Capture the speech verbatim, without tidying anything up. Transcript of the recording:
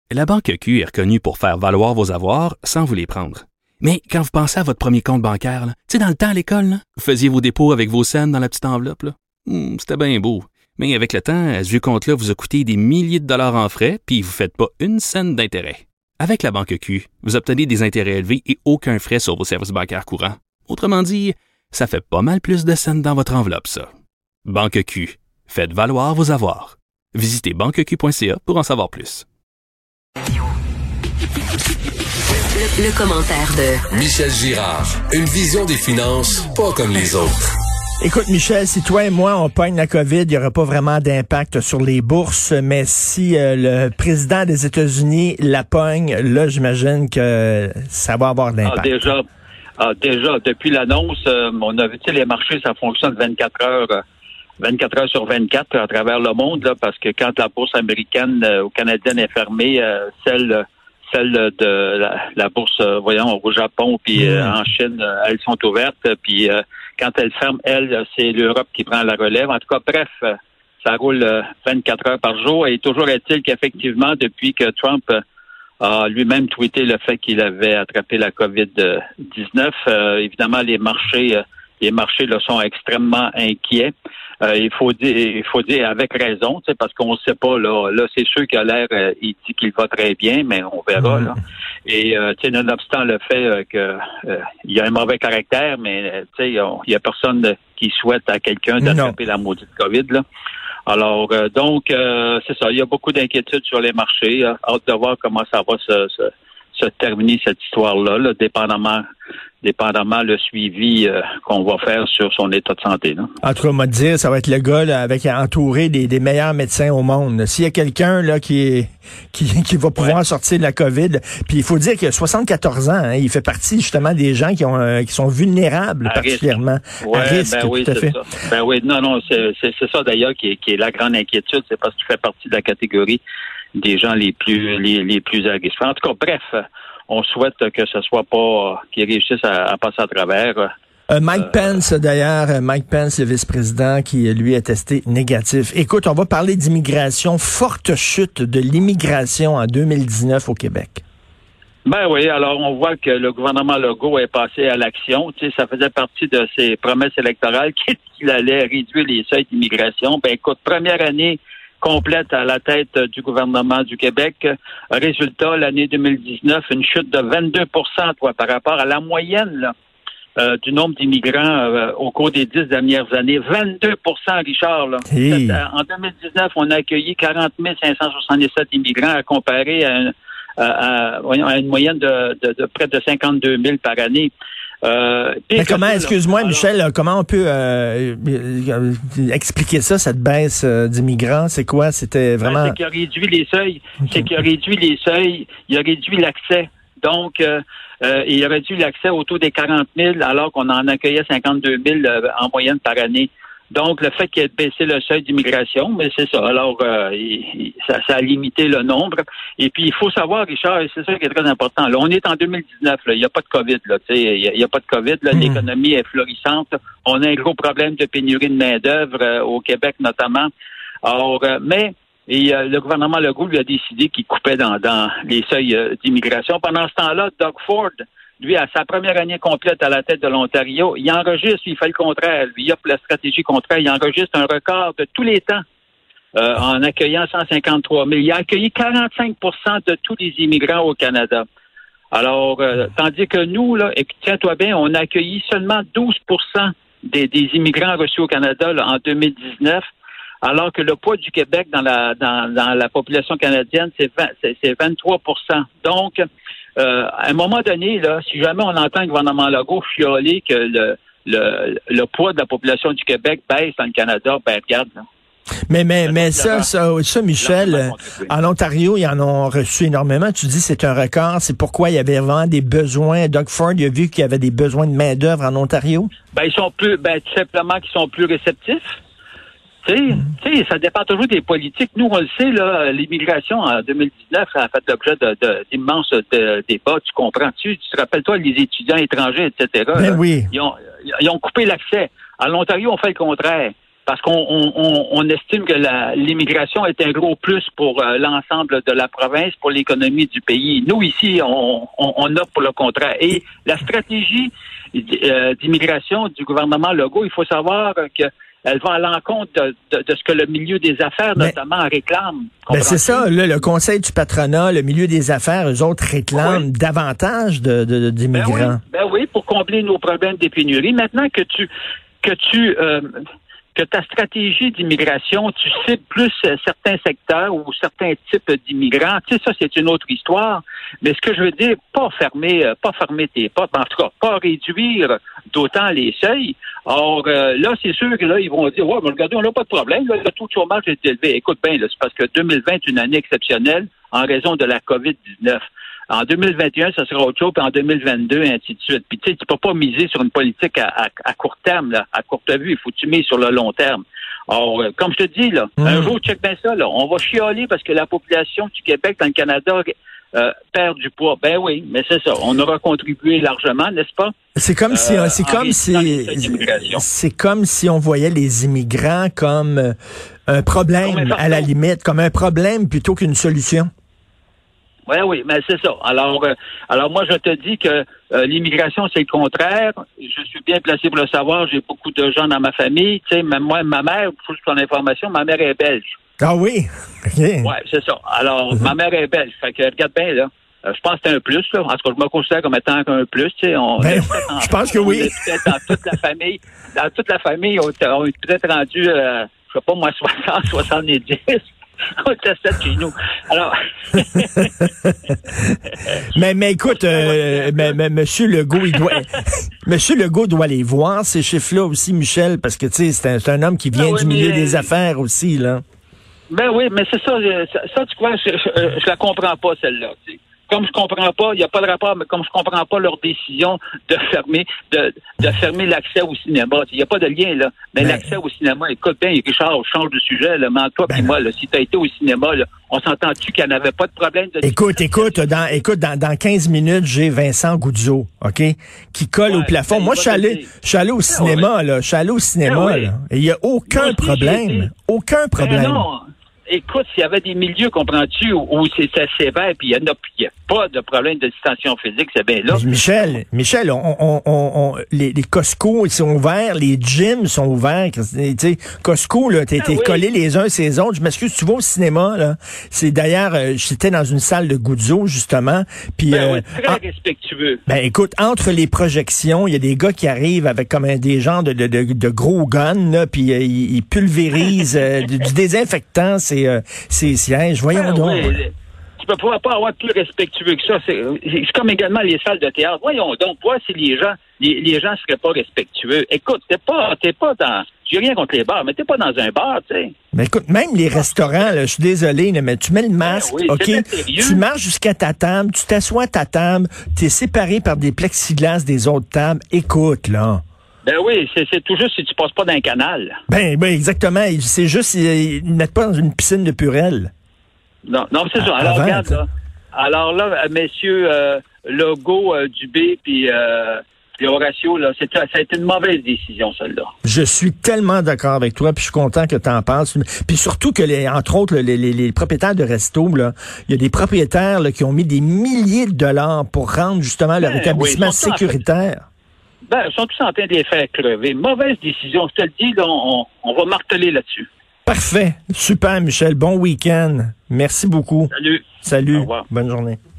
La Banque Q est reconnue pour faire valoir vos avoirs sans vous les prendre. Mais quand vous pensez à votre premier compte bancaire, tu sais, dans le temps à l'école, là, vous faisiez vos dépôts avec vos scènes dans la petite enveloppe. Là. Hum, c'était bien beau. Mais avec le temps, à ce vieux compte-là vous a coûté des milliers de dollars en frais, puis vous ne faites pas une scène d'intérêt. Avec la Banque Q, vous obtenez des intérêts élevés et aucun frais sur vos services bancaires courants. Autrement dit, ça fait pas mal plus de scènes dans votre enveloppe, ça. Banque Q. Faites valoir vos avoirs. Visitez banque q point c a pour en savoir plus. Le, le commentaire de Michel Girard. Une vision des finances pas comme les autres. Écoute, Michel, si toi et moi, on pogne la COVID, il n'y aura pas vraiment d'impact sur les bourses, mais si euh, le président des États-Unis la pogne, là, j'imagine que ça va avoir de l'impact. Ah, déjà, ah, déjà, depuis l'annonce, euh, on a vu, tu sais, les marchés, ça fonctionne vingt-quatre heures, euh, vingt-quatre heures sur vingt-quatre à travers le monde, là, parce que quand la bourse américaine euh, ou canadienne est fermée, euh, celle celle de la, la bourse, euh, voyons, au Japon, puis euh, en Chine, euh, elles sont ouvertes, puis euh, quand elles ferment, elles, c'est l'Europe qui prend la relève. En tout cas, bref, euh, ça roule euh, vingt-quatre heures par jour, et toujours est-il qu'effectivement, depuis que Trump euh, a lui-même tweeté le fait qu'il avait attrapé la COVID dix-neuf, euh, évidemment, les marchés, euh, les marchés là, sont extrêmement inquiets. Euh, il faut dire, il faut dire avec raison, tu sais, parce qu'on ne sait pas là. Là, c'est sûr qu'il a l'air, euh, il dit qu'il va très bien, mais on verra là. Et euh, tu sais, nonobstant le fait euh, que euh, il a un mauvais caractère, mais tu sais, il y a personne qui souhaite à quelqu'un d'attraper la maudite COVID là. Alors euh, donc euh, c'est ça. Il y a beaucoup d'inquiétudes sur les marchés. Euh, hâte de voir comment ça va se, se, se terminer cette histoire-là, là, dépendamment. dépendamment le suivi euh, qu'on va faire sur son état de santé. Là. En tout cas, on va te dire, ça va être le gars là, avec entouré des, des meilleurs médecins au monde. S'il y a quelqu'un là qui est, qui, qui va pouvoir ouais. sortir de la COVID, puis il faut dire qu'il a soixante-quatorze ans, hein, il fait partie justement des gens qui ont euh, qui sont vulnérables à particulièrement risque. Ouais, à risque. Ben oui, tout à c'est fait. ça. Ben oui, non, non, c'est, c'est, c'est ça d'ailleurs qui est, qui est la grande inquiétude, c'est parce qu'il fait partie de la catégorie des gens les plus les, les plus à risque. En tout cas, bref. On souhaite que ce soit pas qu'ils réussissent à, à passer à travers. Euh, Mike euh, Pence, d'ailleurs, Mike Pence, le vice-président, qui lui a testé négatif. Écoute, on va parler d'immigration. Forte chute de l'immigration en deux mille dix-neuf au Québec. Ben oui, alors on voit que le gouvernement Legault est passé à l'action. Tu sais, ça faisait partie de ses promesses électorales qu'il allait réduire les seuils d'immigration. Ben écoute, première année complète à la tête du gouvernement du Québec. Résultat, l'année deux mille dix-neuf, une chute de vingt-deux pour cent toi, par rapport à la moyenne là, euh, du nombre d'immigrants euh, au cours des dix dernières années. vingt-deux pour cent, Richard. Là. Hey. En deux mille dix-neuf, on a accueilli quarante mille cinq cent soixante-dix-sept immigrants à comparer à, un, à, à, voyons, à une moyenne de, de, de près de cinquante-deux mille par année. Euh, Mais comment, excuse-moi, alors, Michel, comment on peut euh, expliquer ça, cette baisse euh, d'immigrants? C'est quoi? C'était vraiment... Ben, c'est qu'il a réduit les seuils. Okay. C'est qu'il a réduit les seuils. Il a réduit l'accès. Donc, euh, euh, il a réduit l'accès autour des quarante mille, alors qu'on en accueillait cinquante-deux mille euh, en moyenne par année. Donc, le fait qu'il ait baissé le seuil d'immigration, mais c'est ça. Alors, euh, il, ça, ça a limité le nombre. Et puis, il faut savoir, Richard, et c'est ça qui est très important. Là, on est en deux mille dix-neuf. Là, il n'y a pas de COVID. Là, tu sais, il n'y a, a pas de COVID. Là, mmh. L'économie est florissante. On a un gros problème de pénurie de main d'œuvre euh, au Québec notamment. Alors, euh, mais et euh, le gouvernement Legault lui a décidé qu'il coupait dans, dans les seuils euh, d'immigration. Pendant ce temps-là, Doug Ford, lui, à sa première année complète à la tête de l'Ontario, il enregistre, il fait le contraire. Lui, il a la stratégie contraire. Il enregistre un record de tous les temps euh, en accueillant cent cinquante-trois mille. Il a accueilli quarante-cinq pour cent de tous les immigrants au Canada. Alors, euh, tandis que nous, là, et tiens-toi bien, on a accueilli seulement douze pour cent des, des immigrants reçus au Canada là, en deux mille dix-neuf, alors que le poids du Québec dans la dans, dans la population canadienne, c'est, vingt, c'est, c'est vingt-trois pour cent. Donc, Euh, à un moment donné, là, si jamais on entend le gouvernement Legault fioler que le, le, le poids de la population du Québec baisse dans le Canada, ben regarde. Là. Mais mais mais ça, ça, ça, Michel, en Ontario, ils en ont reçu énormément. Tu dis c'est un record. C'est pourquoi il y avait vraiment des besoins. Doug Ford, il a vu qu'il y avait des besoins de main d'œuvre en Ontario. Ben ils sont plus, ben tout simplement qu'ils sont plus réceptifs. Tu sais, ça dépend toujours des politiques. Nous, on le sait, là, l'immigration en deux mille dix-neuf a fait l'objet de, de, d'immenses de, débats. Tu comprends-tu? Tu te rappelles-toi, les étudiants étrangers, et cetera. Ben oui. Ils ont, ils ont coupé l'accès. À l'Ontario, on fait le contraire. parce qu'on on, on, on estime que la, l'immigration est un gros plus pour euh, l'ensemble de la province, pour l'économie du pays. Nous, ici, on, on, on opte pour le contraire. Et la stratégie euh, d'immigration du gouvernement Legault, il faut savoir que elle va à l'encontre de, de, de ce que le milieu des affaires, mais, notamment, réclame. Ben c'est ça, là, le Conseil du patronat, le milieu des affaires, eux autres réclament oui. davantage de, de, d'immigrants. Ben oui, ben oui, pour combler nos problèmes des pénuries. Maintenant que tu que tu euh, que ta stratégie d'immigration, tu cibles plus euh, certains secteurs ou certains types d'immigrants, tu sais, ça, c'est une autre histoire. Mais ce que je veux dire, pas fermer, euh, pas fermer tes portes, en tout cas, pas réduire d'autant les seuils. Or, euh, là, c'est sûr que là, ils vont dire, ouais, mais regardez, on n'a pas de problème, là, le taux de chômage est élevé. Écoute bien, là, c'est parce que deux mille vingt est une année exceptionnelle en raison de la covid dix-neuf. En deux mille vingt et un, ça sera autre chose, puis en deux mille vingt-deux, et ainsi de suite. Puis tu sais, tu peux pas miser sur une politique à, à, à court terme, là, à courte vue. Il faut que tu mises sur le long terme. Or, euh, comme je te dis, là, mmh. un jour, check bien ça, là, on va chialer parce que la population du Québec dans le Canada euh, perd du poids. Ben oui, mais c'est ça. On aura contribué largement, n'est-ce pas? C'est comme si, euh, c'est comme si, c'est comme si on voyait les immigrants comme euh, un problème, à la limite, comme un problème plutôt qu'une solution. Oui, oui, mais c'est ça. Alors, euh, alors moi, je te dis que euh, l'immigration, c'est le contraire. Je suis bien placé pour le savoir. J'ai beaucoup de gens dans ma famille. Tu sais, même moi, ma mère, pour ton information, ma mère est belge. Ah oui? Okay. Oui, c'est ça. Alors, mm-hmm. ma mère est belge. Fait que, regarde bien, là. Euh, je pense que c'est un plus, là. En tout cas, je me considère comme étant un plus, tu sais. On, ben, en, je pense que oui. Peut-être dans toute la famille, dans toute la famille, on, on est peut-être rendu, euh, je sais pas, moi, soixante, soixante-dix. On était sept chez nous. Alors. mais, mais écoute, euh, mais, mais, Monsieur Legault, il doit, Monsieur Legault doit les voir, ces chiffres-là aussi, Michel, parce que, tu sais, c'est un, c'est un homme qui vient ah oui, du milieu mais, des affaires aussi, là. Ben oui, mais c'est ça, ça, ça tu vois, je, je, je la comprends pas, celle-là, tu sais. Comme je comprends pas, il n'y a pas de rapport, mais comme je comprends pas leur décision de fermer, de, de fermer l'accès au cinéma. Il n'y a pas de lien, là. Mais ben, l'accès au cinéma, écoute bien, Richard, change de sujet, là. Mais toi ben, puis moi, là, si tu as été au cinéma, là, on s'entend-tu qu'il n'y en avait pas de problème de Écoute, écoute, dans, écoute, dans, dans quinze minutes, j'ai Vincent Goudzo, OK? Qui colle ouais, au plafond. Ben, moi, je suis allé, je suis allé au cinéma, ouais. là. Je suis allé au cinéma, ouais. là. Et il n'y a aucun moi, problème. Aucun problème. Ben non. Écoute, s'il y avait des milieux, comprends-tu, où, où c'est sévère, puis il n'y a, a pas de problème de distanciation physique, c'est bien là. Michel, Michel, on, on, on, les, les Costco, ils sont ouverts, les gyms sont ouverts. Tu sais, Costco, là, t'es, ah, t'es oui. collés les uns ces autres. Je m'excuse, tu vas au cinéma, là. C'est d'ailleurs, euh, j'étais dans une salle de Goudzo, justement. Puis, ben, euh, oui, très en, respectueux. Ben, écoute, entre les projections, il y a des gars qui arrivent avec comme un, des gens de, de, de, de gros guns, là, puis euh, ils, ils pulvérisent euh, du, du désinfectant, c'est Euh, ces sièges. Voyons ben, donc. Oui. Tu peux pas, pas avoir plus respectueux que ça. C'est, c'est comme également les salles de théâtre. Voyons donc, voir si les gens, les, les gens seraient pas respectueux. Écoute, t'es pas, t'es pas dans. J'ai rien contre les bars, mais t'es pas dans un bar, tu sais. Mais écoute, même les restaurants, là, je suis désolé, là, mais tu mets le masque, ben oui, OK? Tu marches jusqu'à ta table, tu t'assois à ta table, t'es séparé par des plexiglas des autres tables. Écoute, là. Ben oui, c'est, c'est tout juste si tu passes pas d'un canal. Ben, ben exactement. C'est juste, ils ne mettent pas dans une piscine de Purel. Non, non, c'est ça. Alors, avant, regarde, là. Alors là, messieurs euh, Legault, euh, Dubé, puis euh, Horacio, là, c'est, ça a été une mauvaise décision, celle-là. Je suis tellement d'accord avec toi, puis je suis content que tu en parles. Puis surtout que, les, entre autres, les, les, les propriétaires de restos, là, il y a des propriétaires là, qui ont mis des milliers de dollars pour rendre justement leur ben, établissement oui, sécuritaire. Ben, ils sont tous en train de les faire crever. Mauvaise décision. Je te le dis, là, on, on va marteler là-dessus. Parfait. Super, Michel. Bon week-end. Merci beaucoup. Salut. Salut. Au revoir. Bonne journée.